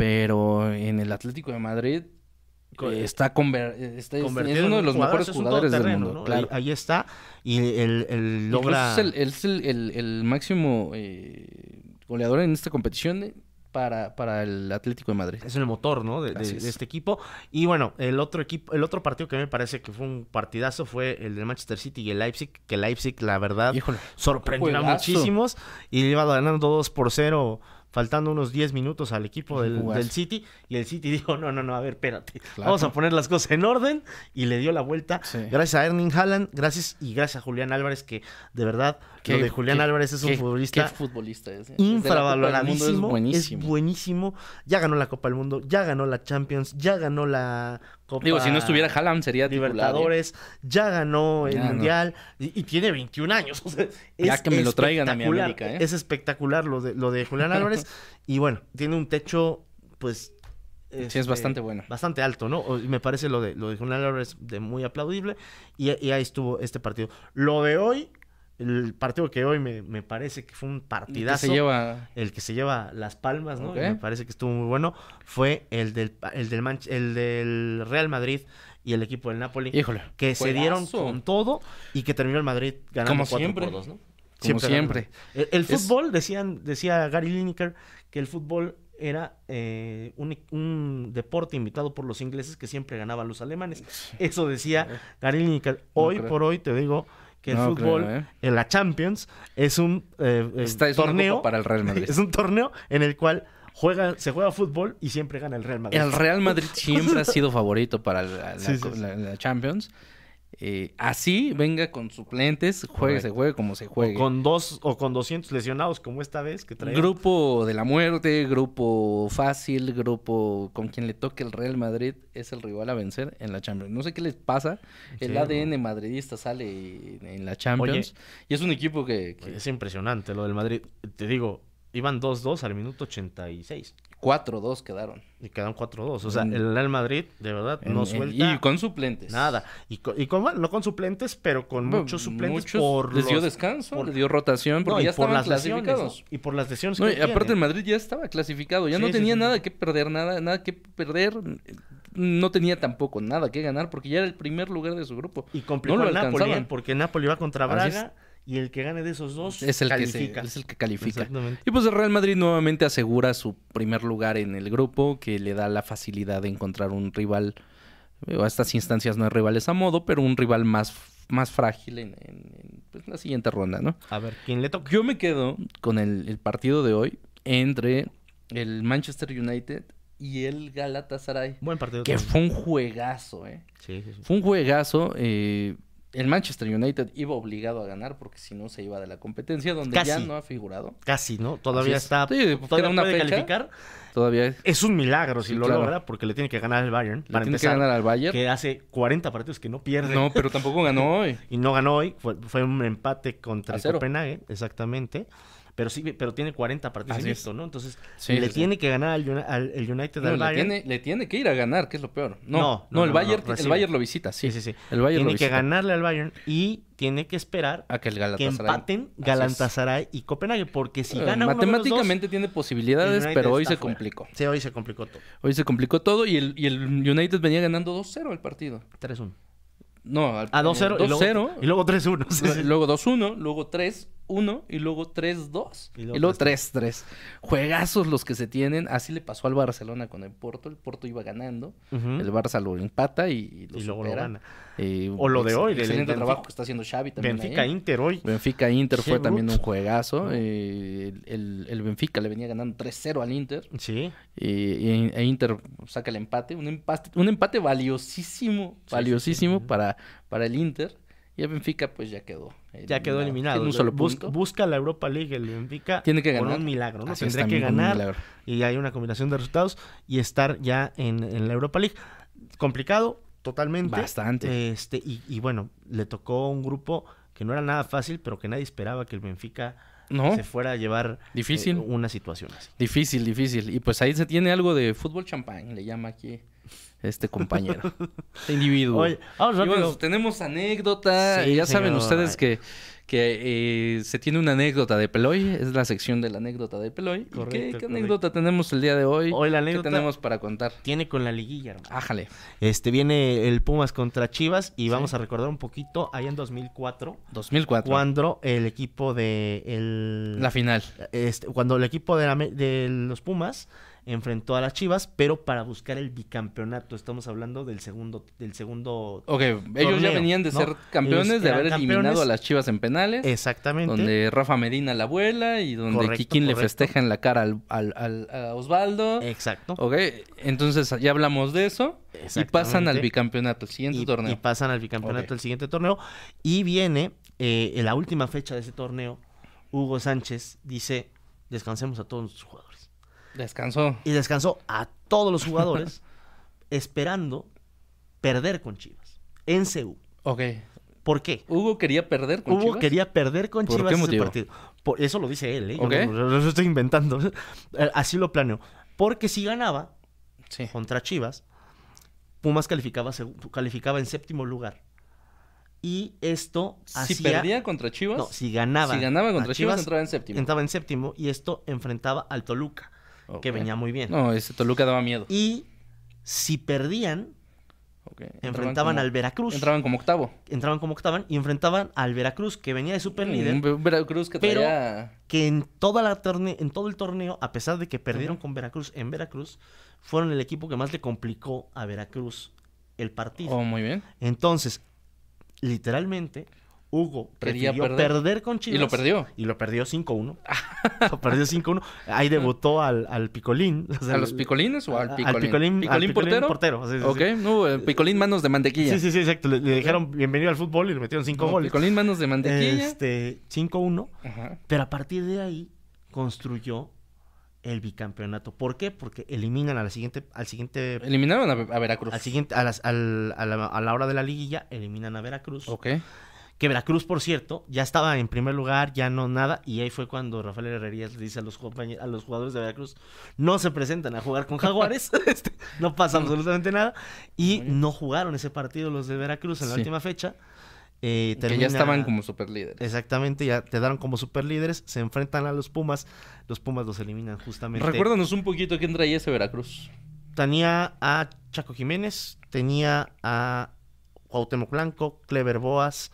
Pero en el Atlético de Madrid Co- eh, está, conver- está- es Convertido es en uno de un los jugador, mejores es un jugadores del todoterreno, mundo. ¿no? Claro. Ahí, ahí está. Y él, él Incluso logra... es el, es el, el- el máximo eh, goleador en esta competición de- para, para el Atlético de Madrid. Es el motor, ¿no? De, de- Así de es. este equipo. Y bueno, el otro equipo, el otro partido que me parece que fue un partidazo fue el del Manchester City y el Leipzig, que Leipzig, la verdad, Híjole. sorprendió a Juegazo. muchísimos y le iba ganando dos por cero, faltando unos diez minutos al equipo del, Jugazo. del City. Y el City dijo, no, no, no, a ver, espérate. Claro. Vamos a poner las cosas en orden. Y le dio la vuelta. Sí. Gracias a Erling Haaland, gracias y gracias a Julián Álvarez, que de verdad, Qué- lo de Julián qué- Álvarez es un qué- futbolista... Qué futbolista es. ¿eh? Desde la Copa del Mundo infravaloradísimo, Es es buenísimo. buenísimo. Ya ganó la Copa del Mundo, ya ganó la Champions, ya ganó la Copa Digo, si no estuviera Haaland sería titular, ¿eh? Libertadores, ya ganó el Ya, no. Mundial y, y tiene veintiún años. O sea, Ya es que me lo traigan a mi espectacular, América, ¿eh? Es espectacular lo de, lo de Julián Álvarez y bueno, tiene un techo pues... Sí, es este, bastante bueno. Bastante alto, ¿no? O- y me parece lo de, lo de Julián Álvarez de muy aplaudible y, y ahí estuvo este partido. Lo de hoy, el partido que hoy me, me parece que fue un Que partidazo se lleva... el que se lleva las palmas, ¿no? Ok. Y me parece que estuvo muy bueno, fue el del el del, Manch- el del Real Madrid y el equipo del Napoli, Híjole. que se juegazo. dieron con todo y que terminó el Madrid ganando Como cuatro siempre. por dos, ¿no? Como ganando. siempre. El, el Es- fútbol, decían, decía Gary Lineker, que el fútbol era eh, un, un deporte invitado por los ingleses que siempre ganaban los alemanes. Eso decía Gary Lineker. Hoy creo. por hoy te digo que el No fútbol creo, ¿eh? en la Champions es un eh, eh, Esta es una torneo copa para el Real Madrid. es un torneo en el cual juega, se juega fútbol y siempre gana el Real Madrid. El Real Madrid siempre ha sido favorito para la, la, Sí, sí, sí. la- la Champions. Eh, así venga con suplentes, juegue, se juegue como se juegue. O con dos o con doscientos lesionados como esta vez que traía. Grupo de la muerte, grupo fácil, grupo con quien le toque el Real Madrid es el rival a vencer en la Champions. No sé qué les pasa, el Sí, A D N madridista sale en la Champions y es un equipo que, que Es impresionante lo del Madrid. Te digo, iban dos dos al minuto ochenta y seis cuatro dos quedaron. y quedaron cuatro dos. O sea, En- el Real Madrid de verdad En- no en- suelta y con suplentes. nada. Y con, y con- bueno, no con suplentes, pero con Bueno, muchos suplentes muchos por les dio los- descanso, por- les dio rotación porque no, y ya por estaban las lesiones, clasificados. ¿no? Y por las lesiones No, que y aparte tiene. el Madrid ya estaba clasificado, ya Sí, no sí, tenía sí. nada que perder, nada, nada que perder, no tenía tampoco nada que ganar porque ya era el primer lugar de su grupo. Y complicó no lo al Napoli, alcanzaban. ¿eh? Porque Napoli va contra Así Braga y el que gane de esos dos Es el, que se- califica. es el que califica. Exactamente. Y pues el Real Madrid nuevamente asegura su primer lugar en el grupo, que le da la facilidad de encontrar un rival, eh, a estas instancias no hay rivales a modo, pero un rival más, más frágil en, en- en, pues, la siguiente ronda, ¿no? A ver, ¿quién le toca? Yo me quedo con el, el partido de hoy entre el Manchester United y el Galatasaray, Buen partido. que también. fue un juegazo, ¿eh? Sí, sí, sí. Fue un juegazo. eh, el Manchester United iba obligado a ganar porque si no se iba de la competencia, donde ya Casi. no ha figurado. Casi, ¿no? Todavía Así es. está. Sí, pues, todavía queda una puede fecha. calificar. Todavía es- Es un milagro si Sí, lo claro. logra, porque le tiene que ganar el Bayern. le Para tiene empezar, que ganar al Bayern. que hace cuarenta partidos que no pierde. No, pero tampoco ganó hoy. Y no ganó hoy. Fue, fue un empate contra A el cero. Copenhague, exactamente. Pero sí, pero tiene cuarenta partidos Así invicto, es. ¿no? Entonces, Sí, le sí, sí. tiene que ganar al, Uni- al el United No, al le, Bayern. tiene, le tiene que ir a ganar, que es lo peor. No, No, no, no, el, no, Bayern, no, el recibe. Bayern lo visita, sí. Sí, sí, sí. El Bayern lo Tiene que visita. ganarle al Bayern y tiene que esperar A que el que Galatasaray. empaten Así es. Galatasaray y Copenhague, porque si Eh, gana uno de los dos, Matemáticamente tiene el posibilidades, United pero hoy está se fuera. complicó. Sí, hoy se complicó todo. Hoy se complicó todo y el, y el United venía ganando dos cero el partido. tres uno. No, al- Ah, dos cero. eh, y dos luego- cero. Y luego tres uno. Sí, sí. Luego dos uno, luego tres uno y luego tres dos Y y luego luego tres tres. Juegazos los que se tienen. Así le pasó al Barcelona con el Porto. El Porto iba ganando. Ujú. El Barça lo empata y, y lo Y luego lo supera. gana. Eh, O lo de ex- hoy, del Excelente Benfica- trabajo que está haciendo Xavi también Benfica ahí. Inter hoy. Benfica Inter Qué fue también un bruto. juegazo. eh, el, el- el Benfica le venía ganando tres cero al Inter. Sí. Y, y- e Inter saca el empate. Un empate, un empate valiosísimo. Sí, Valiosísimo sí, sí. para, para el Inter. Y el Benfica pues ya quedó. Ya quedó eliminado. Tiene un solo Bus- punto. busca la Europa League el Benfica. Tiene que Con ganar. un milagro, ¿no? Así es, Tendría que también con un ganar. milagro. Y hay una combinación de resultados y estar ya en, en la Europa League. Complicado, totalmente. Bastante. Este, y, y bueno, le tocó un grupo que no era nada fácil, pero que nadie esperaba que el Benfica No, se fuera a llevar Difícil. eh, una situación así. difícil, difícil. Y pues ahí se tiene algo de fútbol champán, le llama aquí este compañero, este individuo. Oye, vamos Y rápido. bueno, tenemos anécdota. Sí, y ya saben señor. ustedes que, que eh, se tiene una anécdota de Peloy. Es la sección de la anécdota de Peloy. ¿Y qué- Correcto, ¿Qué, correcto. anécdota tenemos el día de hoy? Hoy la ¿Qué anécdota tenemos para contar? tiene con la liguilla, hermano. Ájale. Este, viene el Pumas contra Chivas y Sí. vamos a recordar un poquito allá en dos mil cuatro, dos mil cuatro. cuando el equipo de el La final. este, cuando el equipo de, la me- de los Pumas enfrentó a las Chivas, pero para buscar el bicampeonato. Estamos hablando del segundo del segundo Ok, ellos torneo, ya venían de ¿no? ser campeones, Ellos de eran haber eliminado campeones. a las Chivas en penales. Exactamente. Donde Rafa Medina la vuela y donde Correcto, Kikín le correcto. festeja en la cara al, al- al- a Osvaldo. Exacto. Ok, entonces ya hablamos de eso y Exactamente. pasan al bicampeonato, el siguiente y, torneo. y pasan al bicampeonato Ok. del siguiente torneo. Y viene eh, en la última fecha de ese torneo, Hugo Sánchez dice, descansemos a todos nuestros jugadores. Descansó. Y descansó a todos los jugadores esperando perder con Chivas en C U. Ok. ¿Por qué? Hugo quería perder con Hugo Chivas. quería perder con ¿Por Chivas qué ese motivo? partido. Por, eso lo dice él, ¿eh? Yo Ok. no- no lo estoy inventando. Eh, Así lo planeó. Porque si ganaba Sí. contra Chivas, Pumas calificaba, seg- calificaba en séptimo lugar. Y esto Si hacía... perdía contra Chivas, No, si ganaba. si ganaba a contra Chivas, entraba en séptimo. Entraba en séptimo y esto enfrentaba al Toluca, que Ok. venía muy bien. No, ese Toluca daba miedo. Y si perdían, Ok. Entraban enfrentaban como- al Veracruz. Entraban como octavo. Entraban como octavan y enfrentaban al Veracruz, que venía de super líder. Un Ve- Veracruz que Pero- traía... Que en, toda la torne- en todo el torneo, a pesar de que perdieron con Veracruz en Veracruz, fueron el equipo que más le complicó a Veracruz el partido. Oh, muy bien. Entonces, literalmente, Hugo Quería prefirió perder. perder con Chivas. Y lo perdió. Y lo perdió cinco uno. Lo perdió cinco uno. Ahí debutó al, al Picolín. O sea, ¿A los picolines o al picolín? Al Picolín, ¿Picolín al Picolín portero? portero. Sí, sí, Ok, sí. no, el picolín manos de mantequilla. Sí, sí, sí, exacto. Le, le dijeron bienvenido al fútbol y le metieron cinco No, goles. Picolín manos de mantequilla. Este, cinco uno. Ajá. Pero a partir de ahí construyó el bicampeonato. ¿Por qué? Porque eliminan a la siguiente, al siguiente, Eliminaron a, a Veracruz. al siguiente, a, las- al- a la, a la hora de la liguilla, eliminan a Veracruz. Ok. Que Veracruz, por cierto, ya estaba en primer lugar, ya no nada, y ahí fue cuando Rafael Herrerías le dice a los, compañe- a los jugadores de Veracruz, no se presentan a jugar con Jaguares, este, no pasa absolutamente nada, y no jugaron ese partido los de Veracruz en la Sí. última fecha. Eh, Que termina- ya estaban como superlíderes. Exactamente, ya quedaron como superlíderes, se enfrentan a los Pumas, los Pumas los eliminan justamente. Recuérdanos un poquito quién traía ese Veracruz. Tenía a Chaco Jiménez, tenía a Cuauhtémoc Blanco, Clever Boas,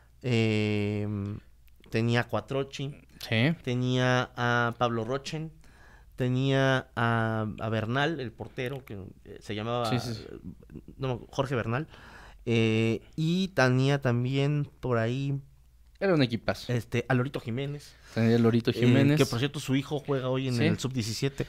eh, tenía a Cuatrochi, Sí. tenía a Pablo Rochen, tenía a, a Bernal, el portero, que eh, se llamaba Sí, sí, sí. no, Jorge Bernal, eh, y tenía también por ahí Era un equipazo. este, a Lorito Jiménez, Tenía el Lorito eh, Jiménez. que por cierto su hijo juega hoy en Sí. el sub diecisiete.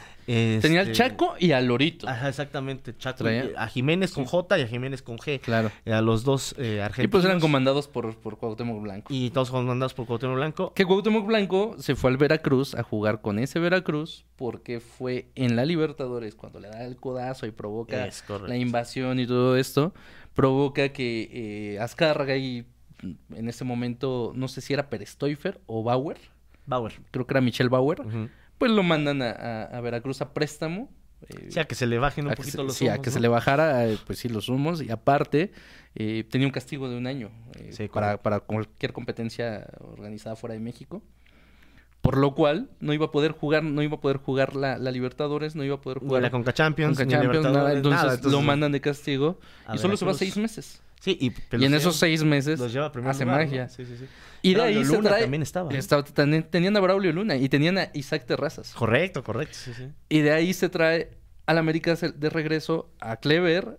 Tenía al Este, Chaco y al Lorito. Ajá, exactamente. Chaco, Traía- a Jiménez con Sí. J y a Jiménez con G. Claro. A los dos eh, Y argentinos. pues eran comandados por, por Cuauhtémoc Blanco. Y todos comandados por Cuauhtémoc Blanco. Que Cuauhtémoc Blanco se fue al Veracruz a jugar con ese Veracruz porque fue en la Libertadores cuando le da el codazo y provoca Es correcto. la invasión y todo esto, provoca que eh, Azcárraga y mm, en ese momento, no sé si era Perestoifer o Bauer, Bauer. creo que era Michel Bauer, Ujú. pues lo mandan a, a- a Veracruz a préstamo. eh, O sea, que se le bajen un a que poquito se, los sí, a humos, que se ¿no? le bajara, eh, pues sí, los humos. Y aparte, eh, tenía un castigo de un año eh, Sí, para, correcto. para cualquier competencia organizada fuera de México. Por lo cual, no iba a poder jugar, no iba a poder jugar la, la Libertadores, no iba a poder Ni jugar la Conca Champions, Conca ni Champions, nada. Libertadores, Entonces, nada. lo mandan de castigo a y solo se va Veracruz. seis meses. Sí, y, Y en esos seis meses los lleva a primer hace lugar, ¿no? magia. Sí, sí, sí. Y de Braulio ahí se Luna trae... también estaba, ¿no? estaba- ten- tenían a Braulio Luna y tenían a Isaac Terrazas. Correcto, correcto. Sí, sí. Y de ahí se trae al América se- de regreso a Clever.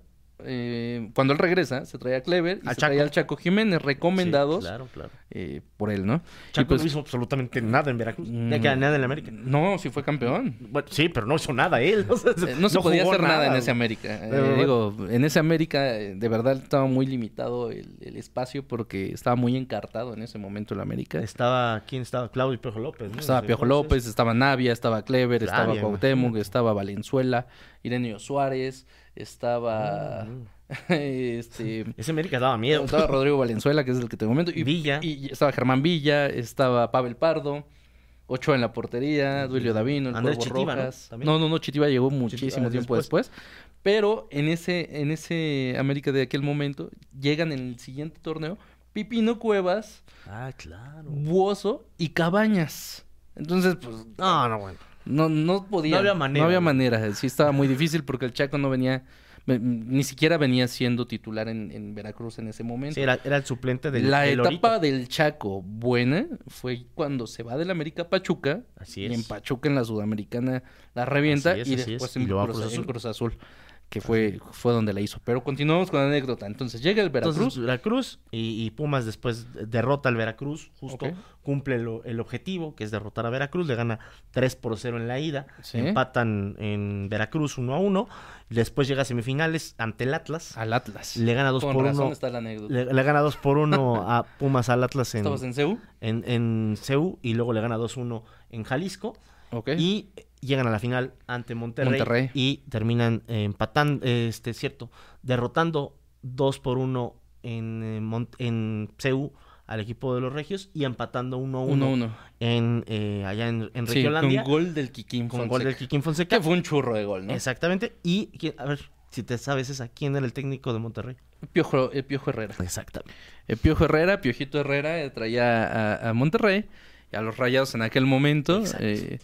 eh, cuando él regresa, se trae a Clever y A se trae Chaco. al Chaco Jiménez, recomendados Sí, claro, claro. eh, por él, ¿no? Chaco Y pues, no hizo absolutamente nada en Veracruz. mm, Ya queda nada en la América. no, sí fue campeón. Bueno, sí, pero no hizo nada él. O sea, Eh, no se podía jugó hacer nada, en ese güey. América. Eh, Pero bueno. digo, en ese América, eh, de verdad estaba muy limitado el, el espacio porque estaba muy encartado en ese momento el América. Estaba, ¿quién estaba? Claudio Piojo López, ¿no? Estaba Desde Piojo entonces. López, estaba Navia, estaba Clever, estaba Navia, Cuauhtémoc, imagínate. estaba Valenzuela, Ireneo Suárez, estaba Ah, mm. este Ese América daba miedo. estaba Rodrigo Valenzuela, que es el que te comento, y Villa. y estaba Germán Villa, estaba Pavel Pardo, Ochoa en la portería, Duilio Davino, el Andrés Cuervo Chitiba, ¿no? Rojas. También. No, no, no, Chitiba llegó muchísimo ah, tiempo después. después. Pero en ese, en ese América de aquel momento, llegan en el siguiente torneo Pipino Cuevas, Ah, claro. Buoso y Cabañas. Entonces, pues, No, no, bueno. no, no podía. No había manera, No había güey. manera. Sí estaba muy difícil porque el Chaco no venía, me- ni siquiera venía siendo titular en, en Veracruz en ese momento. Sí, era, era el suplente del La del etapa Lorito. del Chaco buena fue cuando se va del América a Pachuca. Así Y es. en Pachuca en la Sudamericana la revienta Así es, y así después es. en, Y luego a Cruz, Cruz en Azul. Cruz Azul, que fue, fue donde la hizo. Pero continuamos con la anécdota. Entonces llega el Veracruz. Entonces, Veracruz y, y Pumas después derrota al Veracruz, justo Ok. cumple lo- el objetivo, que es derrotar a Veracruz, le gana tres por cero en la ida, Sí. empatan en Veracruz uno a uno, después llega a semifinales ante el Atlas, Al Atlas. le gana dos Con por razón uno, está la anécdota. le, le gana dos por uno a Pumas al Atlas en, Estabas en C U. en, en C U y luego le gana dos uno en Jalisco. Ok. Y llegan a la final ante Monterrey, Monterrey. y terminan eh, empatando, este, cierto, derrotando dos por uno en, eh, Mon- en C U al equipo de los Regios y empatando uno a uno uno uno. en, eh, allá en, en Sí, Regiolandia con gol del Kikín con Fonseca. gol del Kikín Fonseca. Que fue un churro de gol, ¿no? Exactamente. Y, ¿quién- a ver, si te sabes esa, ¿quién era el técnico de Monterrey? El Piojo, el Piojo Herrera. Exactamente. El Piojo Herrera, Piojito Herrera, eh, traía a, a Monterrey y a los Rayados en aquel momento, Exacto. eh,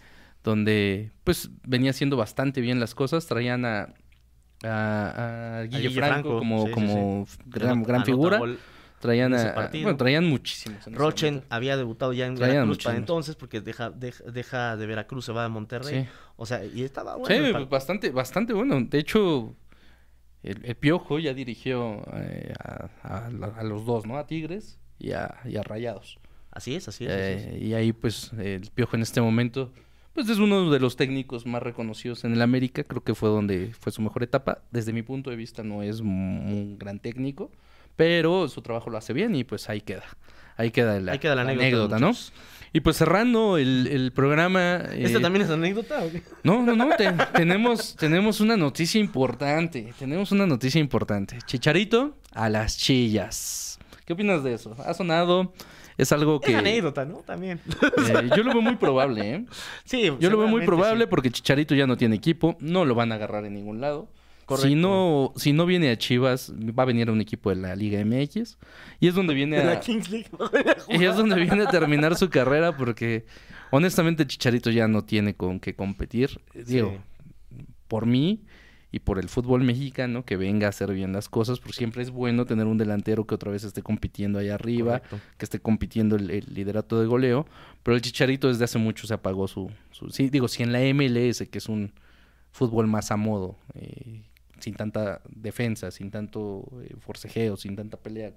donde pues venía haciendo bastante bien las cosas. Traían a, a, a Guille, Guille Franco, Franco, como, sí, sí, como gran, Anota- gran anota figura. gol. Traían en ese a, a- partido. bueno, traían muchísimos. en ese Rochen momento. había debutado ya en Traían Veracruz para muchísimos. entonces porque deja, deja, deja de Veracruz, se va a Monterrey. Sí. O sea, y estaba bueno. Sí, el par- bastante, bastante bueno. De hecho, el, el Piojo ya dirigió eh, a, a la- a los dos, ¿no? A Tigres y a, y a Rayados. Así es, así es. Eh, así es. Y ahí pues el Piojo en este momento pues es uno de los técnicos más reconocidos en el América. Creo que fue donde fue su mejor etapa. Desde mi punto de vista no es un gran técnico, pero su trabajo lo hace bien y pues ahí queda. Ahí queda la, Ahí queda la la anécdota, anécdota, ¿no? muchachos. Y pues cerrando el, el programa... ¿Esta eh, también es anécdota o qué? No, no, no. te- tenemos, tenemos una noticia importante. Tenemos una noticia importante. Chicharito a las chillas. ¿Qué opinas de eso? ¿Ha sonado? Es algo que... Es anécdota, ¿no? También. eh, yo lo veo muy probable, ¿eh? Sí, Yo lo veo muy seguramente probable sí. porque Chicharito ya no tiene equipo. No lo van a agarrar en ningún lado. Correcto. Si no, si no viene a Chivas, va a venir a un equipo de la Liga M X. Y es donde viene De la a... Kings League. Y es donde viene a terminar su carrera porque honestamente Chicharito ya no tiene con qué competir. Digo, por mí y por el fútbol mexicano que venga a hacer bien las cosas, porque siempre es bueno tener un delantero que otra vez esté compitiendo ahí arriba, Correcto. que esté compitiendo el, el liderato de goleo, pero el Chicharito desde hace mucho se apagó su... su sí, digo, si en la M L S, que es un fútbol más a modo, eh, sin tanta defensa, sin tanto eh, forcejeo, sin tanta pelea,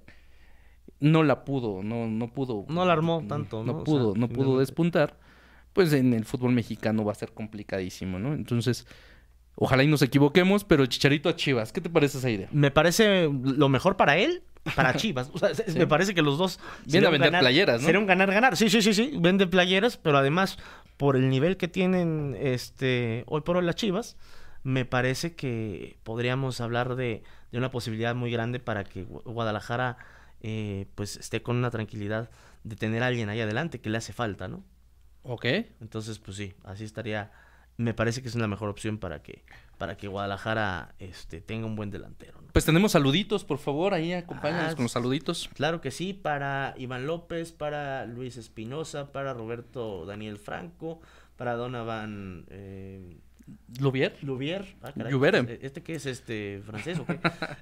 no la pudo, no, no pudo. No la armó tanto, ¿no? No O pudo, sea, no pudo finalmente. despuntar. Pues en el fútbol mexicano va a ser complicadísimo, ¿no? Entonces, ojalá y nos equivoquemos, pero el Chicharito a Chivas, ¿qué te parece esa idea? Me parece lo mejor para él, para Chivas. O sea, se- me parece que los dos Viene sería a un vender ganar- playeras, ¿no? Sería un ganar-ganar. Sí, sí, sí, sí. Vende playeras, pero además, por el nivel que tienen este hoy por hoy las Chivas, me parece que podríamos hablar de, de una posibilidad muy grande para que Gu- Guadalajara eh, pues esté con una tranquilidad de tener a alguien ahí adelante que le hace falta, ¿no? Ok. Entonces, pues sí, así estaría. Me parece que es una mejor opción para que para que Guadalajara este tenga un buen delantero, ¿no? Pues tenemos saluditos, por favor, ahí acompáñanos Ah, con los saluditos. Claro que sí, para Iván López, para Luis Espinosa, para Roberto Daniel Franco, para Donovan eh, ¿Luvier? Luvier. Ah, caray. Lluvere. ¿Este qué es? ¿Este francés o qué?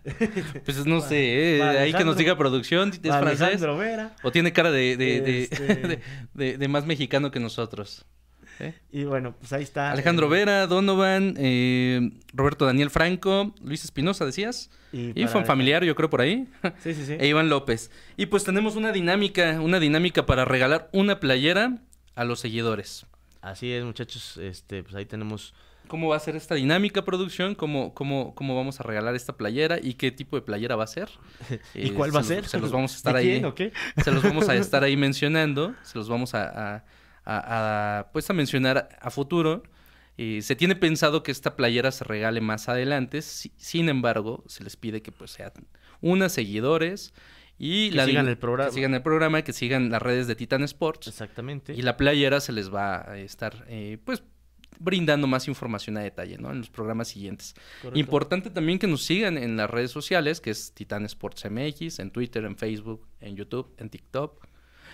Pues no sé, eh, para ahí que nos Alejandro- diga producción, ¿es Para francés? Alejandro Vera. ¿O tiene cara de, de, de, Este- de, de- de más mexicano que nosotros? ¿Eh? Y bueno, pues ahí está. Alejandro eh, Vera, Donovan, eh, Roberto Daniel Franco, Luis Espinosa, decías. Y, Y para fue un familiar, yo creo, por ahí. Sí, sí, sí. E Iván López. Y pues tenemos una dinámica, una dinámica para regalar una playera a los seguidores. Así es, muchachos. Este, pues ahí tenemos. ¿Cómo va a ser esta dinámica, producción? ¿Cómo, cómo, cómo vamos a regalar esta playera? ¿Y qué tipo de playera va a ser? ¿Y Eh, cuál va a se- ser? Se los vamos a estar ¿De ahí. quién o qué? Se los vamos a estar ahí mencionando. Se los vamos a, a- a- a, pues a mencionar a futuro. Eh, se tiene pensado que esta playera se regale más adelante. Si- sin embargo, se les pide que pues sean unas seguidores y Que la sigan di- el programa. que sigan el programa, que sigan las redes de Titan Sports. Exactamente. Y la playera se les va a estar, eh, pues, brindando más información a detalle, ¿no? En los programas siguientes. Correcto. Importante también que nos sigan en las redes sociales, que es Titan Sports M X, en Twitter, en Facebook, en YouTube, en TikTok,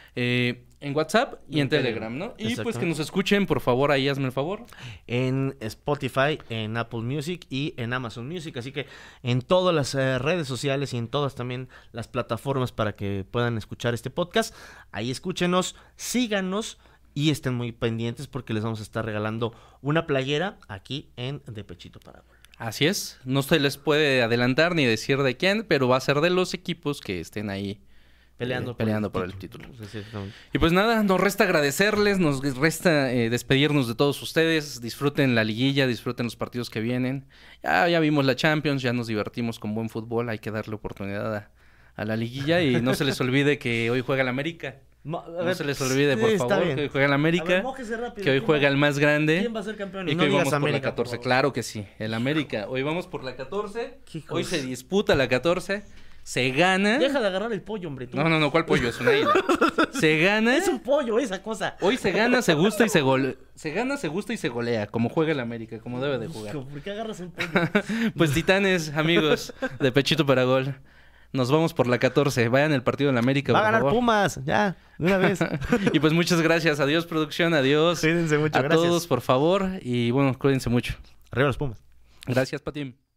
eh, en WhatsApp y Y en en Telegram, Telegram. ¿no? Y pues que Exactamente. nos escuchen, por favor, ahí hazme el favor. En Spotify, en Apple Music y en Amazon Music. Así que en todas las eh, redes sociales y en todas también las plataformas para que puedan escuchar este podcast. Ahí escúchenos, síganos y estén muy pendientes porque les vamos a estar regalando una playera aquí en De Pechito para Gol. Así es, no se les puede adelantar ni decir de quién, pero va a ser de los equipos que estén ahí Peleando, eh, peleando por el título. Exactamente. Y pues nada, nos resta agradecerles, nos resta eh, despedirnos de todos ustedes. Disfruten la liguilla, disfruten los partidos que vienen. Ya, ya vimos la Champions, ya nos divertimos con buen fútbol. Hay que darle oportunidad a, a la liguilla y no se les olvide que hoy juega el América. No, a No ver, se les olvide, por sí, está favor, bien. que hoy juega el A ver, América. mójese rápido. Que hoy ¿Quién juega va- el más grande. ¿Quién va a ser campeón? Y, Y no que hoy digas vamos por América, la catorce, por favor. claro que sí, el América. Hoy vamos por la catorce, Hijos. hoy se disputa la catorce, se gana. Deja de agarrar el pollo, hombre. Tú. No, no, no, ¿cuál pollo? Es una isla. Se gana. Es un pollo esa cosa. Hoy se gana, se gusta y se golea. Se gana, se gusta y se golea, como juega el América, como debe de jugar. ¿Por qué agarras el pollo? Pues titanes, amigos, de Pechito para Gol. Nos vamos por la catorce. Vayan al partido en la América, Va a por ganar favor. Pumas, ya, de una vez. Y pues muchas gracias. Adiós, producción. Adiós. Cuídense mucho, a gracias. todos, por favor. Y bueno, cuídense mucho. Arriba los Pumas. Gracias, Patín.